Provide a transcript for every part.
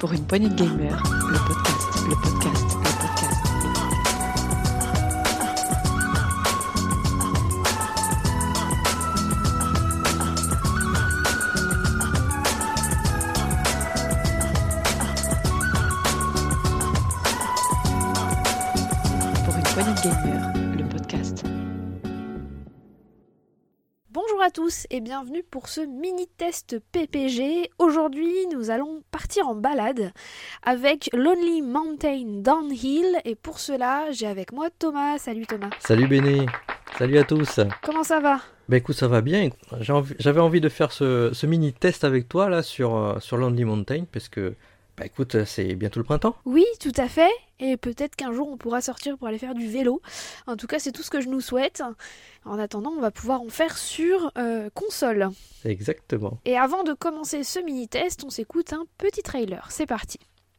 Pour une poignée de gamers, le podcast, le podcast, le podcast. Pour une poignée de gamers, le podcast. Bonjour à tous et bienvenue pour ce mini-test PPG. Aujourd'hui, nous allons partir en balade avec Lonely Mountain Downhill et pour cela, j'ai avec moi Thomas. Salut Thomas. Salut Béné, salut à tous. Comment ça va ? Bah écoute, ça va bien. J'avais envie de faire ce mini-test avec toi là sur Lonely Mountain parce que, bah écoute, c'est bientôt le printemps. Oui, tout à fait. Et peut-être qu'un jour on pourra sortir pour aller faire du vélo. En tout cas, c'est tout ce que je nous souhaite. En attendant, on va pouvoir en faire sur console. Exactement. Et avant de commencer ce mini-test, on s'écoute un petit trailer. C'est parti.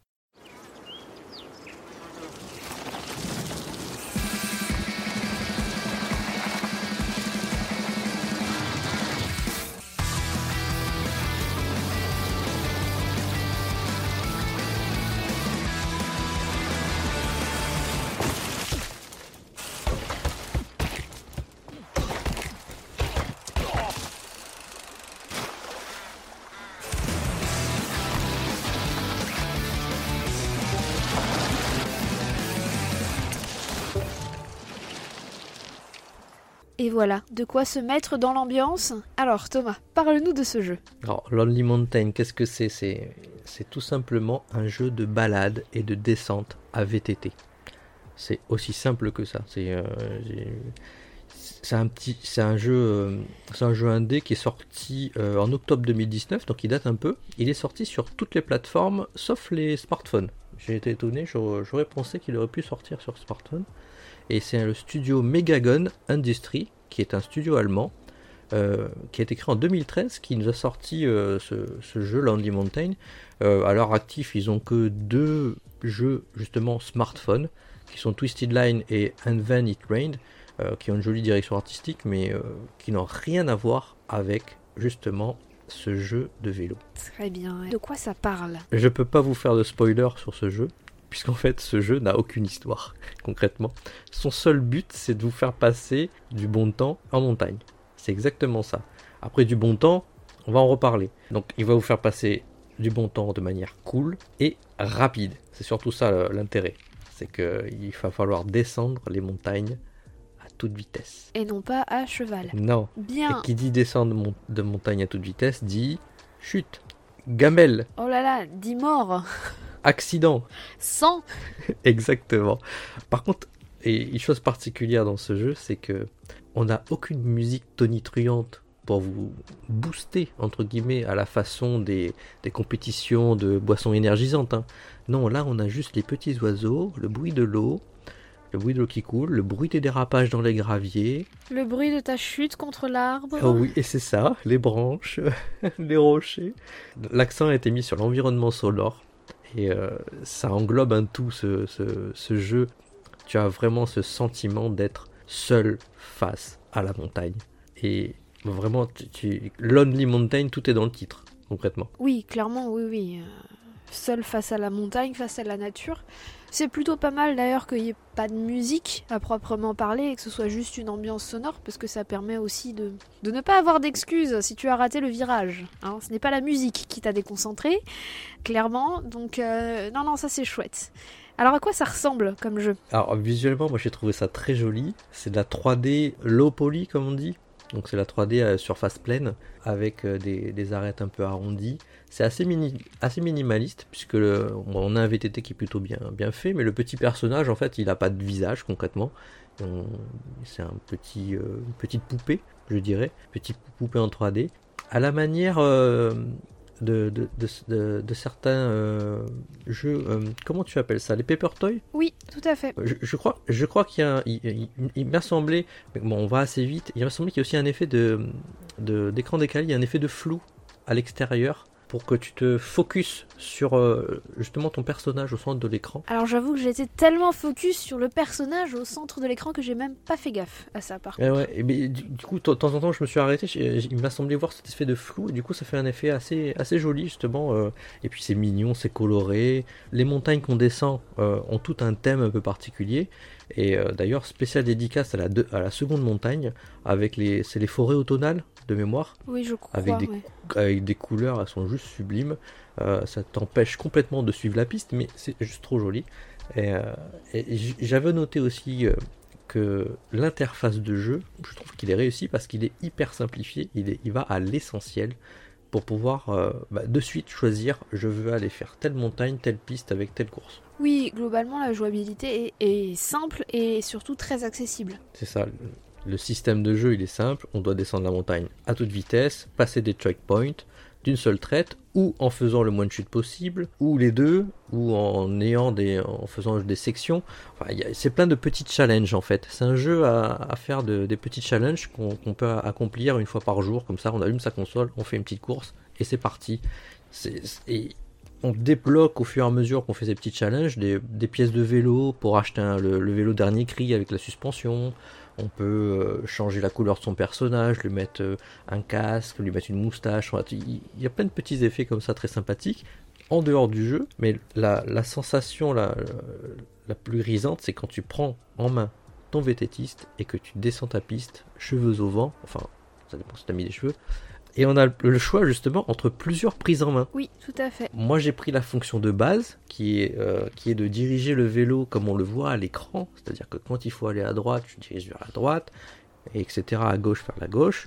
Et voilà, de quoi se mettre dans l'ambiance. Alors Thomas, parle-nous de ce jeu. Alors Lonely Mountain, qu'est-ce que c'est ? C'est tout simplement un jeu de balade et de descente à VTT. C'est aussi simple que ça. C'est un jeu indé qui est sorti en octobre 2019, donc il date un peu. Il est sorti sur toutes les plateformes sauf les smartphones. J'ai été étonné, j'aurais pensé qu'il aurait pu sortir sur smartphone. Et c'est le studio Megagon Industries, qui est un studio allemand, qui a été créé en 2013, qui nous a sorti ce jeu Lonely Mountain. À l'heure actif, ils ont que 2 jeux justement smartphone, qui sont Twisted Line et And Then It Rained, qui ont une jolie direction artistique, mais qui n'ont rien à voir avec justement ce jeu de vélo. Très bien. De quoi ça parle ? Je peux pas vous faire de spoiler sur ce jeu, puisqu'en fait ce jeu n'a aucune histoire, concrètement. Son seul but, c'est de vous faire passer du bon temps en montagne. C'est exactement ça. Après du bon temps, on va en reparler. Donc il va vous faire passer du bon temps de manière cool et rapide. C'est surtout ça l'intérêt. C'est qu'il va falloir descendre les montagnes à toute vitesse. Et non pas à cheval. Non. Bien. Et qui dit descendre de montagne à toute vitesse, dit chute, gamelle, Oh là là, 10 morts. accident. 100. Exactement. Par contre, et une chose particulière dans ce jeu, c'est que on n'a aucune musique tonitruante pour vous booster, entre guillemets, à la façon des compétitions de boissons énergisantes. Hein. Non, là, on a juste les petits oiseaux, le bruit de l'eau qui coule, le bruit des dérapages dans les graviers. Le bruit de ta chute contre l'arbre. Oh oui, et c'est ça, les branches, les rochers. L'accent a été mis sur l'environnement sonore. Et ça englobe un tout ce jeu. Tu as vraiment ce sentiment d'être seul face à la montagne. Et vraiment, Lonely Mountain, tout est dans le titre, concrètement. Oui, clairement, oui. Seul face à la montagne, face à la nature. C'est plutôt pas mal d'ailleurs qu'il n'y ait pas de musique à proprement parler et que ce soit juste une ambiance sonore parce que ça permet aussi de ne pas avoir d'excuses si tu as raté le virage. Hein, ce n'est pas la musique qui t'a déconcentré, clairement. Donc non, ça c'est chouette. Alors à quoi ça ressemble comme jeu ? Alors visuellement, moi j'ai trouvé ça très joli. C'est de la 3D low poly comme on dit. Donc c'est la 3D à surface pleine avec des arêtes un peu arrondies. C'est assez minimaliste puisque on a un VTT qui est plutôt bien fait, mais le petit personnage en fait il n'a pas de visage concrètement. C'est une petite poupée, je dirais, petite poupée en 3D, à la manière de certains jeux, comment tu appelles ça, les Paper Toys ? Oui, tout à fait. Je crois qu'il y a il m'a semblé, mais bon, on va assez vite, il m'a semblé qu'il y a aussi un effet d'écran décalé, il y a un effet de flou à l'extérieur pour que tu te focuses sur justement ton personnage au centre de l'écran. Alors j'avoue que j'étais tellement focus sur le personnage au centre de l'écran que j'ai même pas fait gaffe à ça par contre. Ouais, et mais du coup, de temps en temps, je me suis arrêté, il m'a semblé voir cet effet de flou, et du coup, ça fait un effet assez joli, justement. Et puis, c'est mignon, c'est coloré. Les montagnes qu'on descend ont tout un thème un peu particulier. Et d'ailleurs, spécial dédicace à la seconde montagne, c'est les forêts automnales, de mémoire, Oui, je crois. avec Ouais. avec des couleurs, elles sont juste sublimes. Ça t'empêche complètement de suivre la piste, mais c'est juste trop joli. Et, j'avais noté aussi que l'interface de jeu, je trouve qu'il est réussi parce qu'il est hyper simplifié, il va à l'essentiel pour pouvoir de suite choisir, je veux aller faire telle montagne, telle piste avec telle course. Oui, globalement, la jouabilité est simple et surtout très accessible. C'est ça, le système de jeu il est simple, on doit descendre la montagne à toute vitesse, passer des checkpoints d'une seule traite, ou en faisant le moins de chutes possible, ou les deux, ou en faisant des sections. Enfin, c'est plein de petits challenges en fait. C'est un jeu à faire des petits challenges qu'on peut accomplir une fois par jour, comme ça on allume sa console, on fait une petite course, et c'est parti. Et on débloque au fur et à mesure qu'on fait ces petits challenges des pièces de vélo pour acheter le vélo dernier cri avec la suspension. On peut changer la couleur de son personnage, lui mettre un casque, lui mettre une moustache. Il y a plein de petits effets comme ça très sympathiques en dehors du jeu. Mais la sensation la plus grisante, c'est quand tu prends en main ton vététiste et que tu descends ta piste, cheveux au vent. Enfin, ça dépend si tu as mis des cheveux. Et on a le choix justement entre plusieurs prises en main. Oui, tout à fait. Moi j'ai pris la fonction de base qui est de diriger le vélo comme on le voit à l'écran. C'est-à-dire que quand il faut aller à droite, tu diriges vers la droite, et etc. À gauche vers la gauche.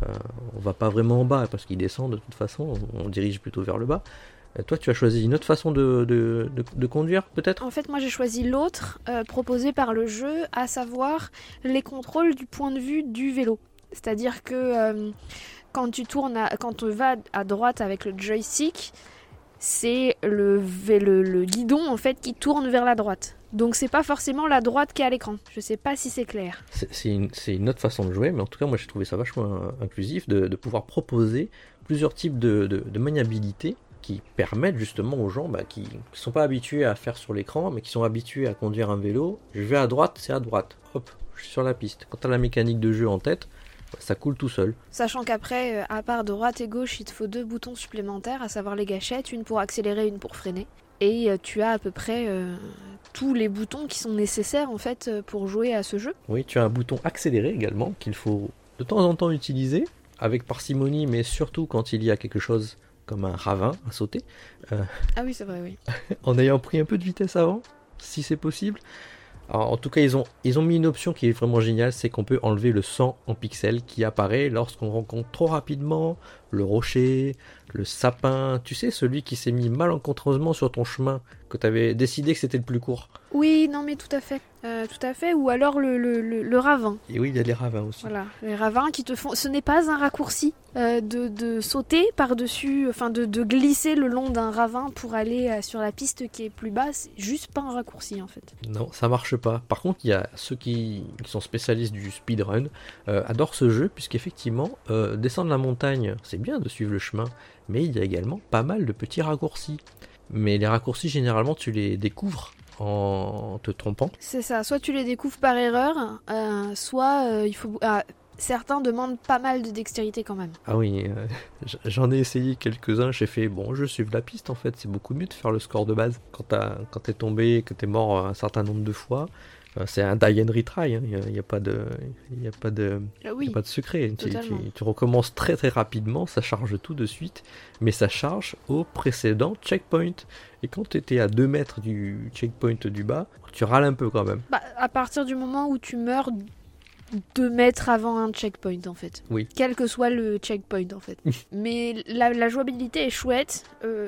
On va pas vraiment en bas parce qu'il descend de toute façon, on dirige plutôt vers le bas. Toi tu as choisi une autre façon de conduire peut-être ? En fait, moi j'ai choisi l'autre proposé par le jeu, à savoir les contrôles du point de vue du vélo. C'est-à-dire que quand tu vas à droite avec le joystick, c'est le guidon en fait qui tourne vers la droite. Donc c'est pas forcément la droite qui est à l'écran. Je sais pas si c'est clair. C'est une autre façon de jouer, mais en tout cas moi j'ai trouvé ça vachement inclusif de pouvoir proposer plusieurs types de maniabilité qui permettent justement aux gens qui ne sont pas habitués à faire sur l'écran, mais qui sont habitués à conduire un vélo. Je vais à droite, c'est à droite. Hop, je suis sur la piste. Quand tu as la mécanique de jeu en tête, ça coule tout seul. Sachant qu'après, à part droite et gauche, il te faut 2 boutons supplémentaires, à savoir les gâchettes, une pour accélérer, une pour freiner. Et tu as à peu près tous les boutons qui sont nécessaires en fait pour jouer à ce jeu. Oui, tu as un bouton accéléré également qu'il faut de temps en temps utiliser avec parcimonie, mais surtout quand il y a quelque chose comme un ravin à sauter. Ah oui, c'est vrai, oui. En ayant pris un peu de vitesse avant, si c'est possible. Alors, en tout cas, ils ont mis une option qui est vraiment géniale, c'est qu'on peut enlever le sang en pixels qui apparaît lorsqu'on rencontre trop rapidement le rocher, le sapin, tu sais, celui qui s'est mis malencontreusement sur ton chemin, que tu avais décidé que c'était le plus court. Oui, non mais tout à fait, ou alors le ravin. Et oui, il y a les ravins aussi. Voilà, les ravins qui te font... Ce n'est pas un raccourci de sauter par-dessus, enfin de glisser le long d'un ravin pour aller sur la piste qui est plus bas, c'est juste pas un raccourci en fait. Non, ça marche pas. Par contre, il y a ceux qui sont spécialistes du speedrun, adorent ce jeu, puisqu'effectivement, descendre la montagne, c'est bien de suivre le chemin, mais il y a également pas mal de petits raccourcis. Mais les raccourcis, généralement, tu les découvres en te trompant. C'est ça, soit tu les découvres par erreur, soit il faut... certains demandent pas mal de dextérité quand même. Ah oui, j'en ai essayé quelques-uns, j'ai fait, bon, je suis la piste en fait, c'est beaucoup mieux de faire le score de base. Quand t'es tombé, que t'es mort un certain nombre de fois, c'est un die and retry, hein. Il n'y a pas de secret. Tu recommences très très rapidement, ça charge tout de suite, mais ça charge au précédent checkpoint. Et quand tu étais à 2 mètres du checkpoint du bas, tu râles un peu quand même. Bah, à partir du moment où tu meurs 2 mètres avant un checkpoint en fait. Oui. Quel que soit le checkpoint en fait. Mais la jouabilité est chouette.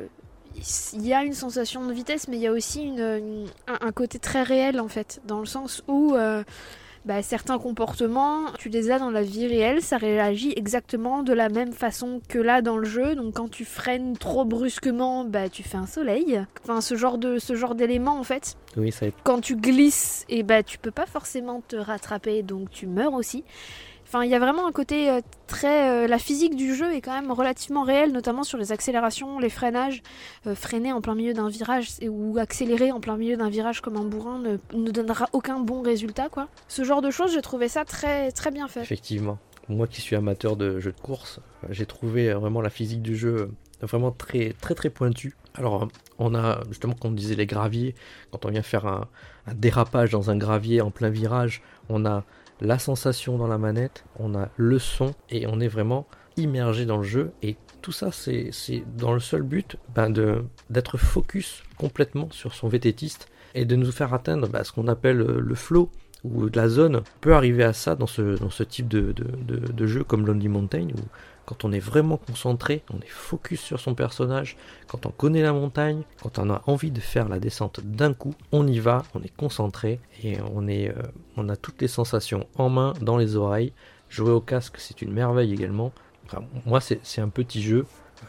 Il y a une sensation de vitesse, mais il y a aussi un côté très réel en fait, dans le sens où certains comportements, tu les as dans la vie réelle, ça réagit exactement de la même façon que là dans le jeu. Donc quand tu freines trop brusquement, tu fais un soleil. Enfin, ce genre d'éléments en fait. Oui, ça. Quand tu glisses, tu peux pas forcément te rattraper, donc tu meurs aussi. Enfin, il y a vraiment un côté très... la physique du jeu est quand même relativement réelle, notamment sur les accélérations, les freinages. Freiner en plein milieu d'un virage ou accélérer en plein milieu d'un virage comme un bourrin ne donnera aucun bon résultat, quoi. Ce genre de choses, j'ai trouvé ça très, très bien fait. Effectivement. Moi qui suis amateur de jeux de course, j'ai trouvé vraiment la physique du jeu vraiment très très très pointue. Alors on a justement, comme on disait, les graviers. Quand on vient faire un dérapage dans un gravier en plein virage, on a la sensation dans la manette, on a le son et on est vraiment immergé dans le jeu. Et tout ça, c'est dans le seul but d'être focus complètement sur son VTTiste et de nous faire atteindre ce qu'on appelle le flow, ou de la zone. On peut arriver à ça dans ce type de jeu comme Lonely Mountain, où quand on est vraiment concentré, on est focus sur son personnage, quand on connaît la montagne, quand on a envie de faire la descente d'un coup, on y va, on est concentré et on a toutes les sensations en main, dans les oreilles. Jouer au casque, c'est une merveille également. Enfin, moi, c'est un petit jeu.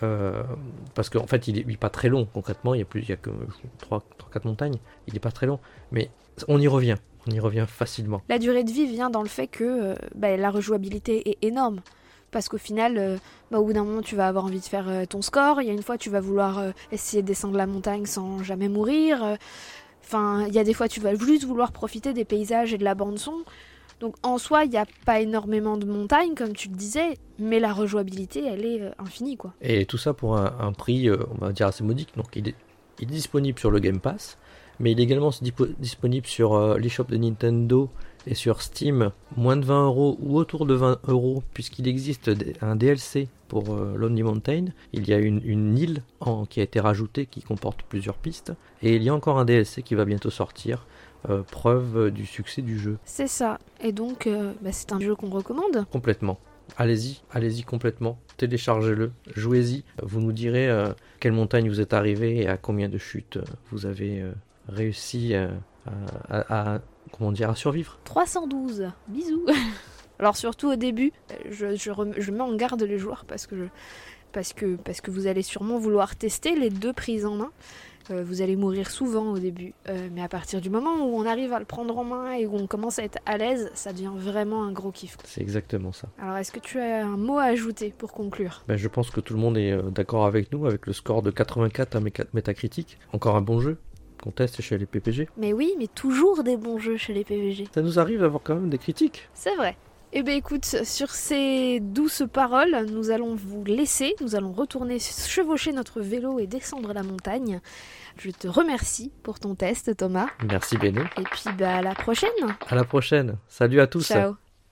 Parce qu'en fait il est pas très long concrètement, il y a que 3-4 montagnes, il est pas très long, mais on y revient facilement. La durée de vie vient dans le fait que la rejouabilité est énorme, parce qu'au final au bout d'un moment tu vas avoir envie de faire ton score, il y a une fois tu vas vouloir essayer de descendre la montagne sans jamais mourir, il y a des fois tu vas juste vouloir profiter des paysages et de la bande son. Donc en soi, il n'y a pas énormément de montagnes, comme tu le disais, mais la rejouabilité, elle est infinie, quoi. Et tout ça pour un prix, on va dire, assez modique. Donc il est disponible sur le Game Pass, mais il est également disponible sur l'eShop de Nintendo et sur Steam, moins de 20€ ou autour de 20€, puisqu'il existe un DLC pour Lonely Mountain. Il y a une île qui a été rajoutée, qui comporte plusieurs pistes, et il y a encore un DLC qui va bientôt sortir. Preuve du succès du jeu. C'est ça, et donc c'est un jeu qu'on recommande. Complètement. Allez-y complètement, téléchargez-le, jouez-y. Vous nous direz quelle montagne vous êtes arrivé et à combien de chutes vous avez réussi à survivre. 312, bisous. Alors surtout au début, je mets en garde les joueurs parce que vous allez sûrement vouloir tester les 2 prises en main. Vous allez mourir souvent au début, mais à partir du moment où on arrive à le prendre en main et où on commence à être à l'aise, ça devient vraiment un gros kiff. C'est exactement ça. Alors est-ce que tu as un mot à ajouter pour conclure ? Je pense que tout le monde est d'accord avec nous, avec le score de 84 à Metacritic. Encore un bon jeu qu'on teste chez les PPG. Mais oui, mais toujours des bons jeux chez les PPG. Ça nous arrive d'avoir quand même des critiques. C'est vrai. Eh bien écoute, sur ces douces paroles, nous allons vous laisser, nous allons retourner chevaucher notre vélo et descendre la montagne. Je te remercie pour ton test, Thomas. Merci Béné. Et puis à la prochaine. À la prochaine. Salut à tous. Ciao.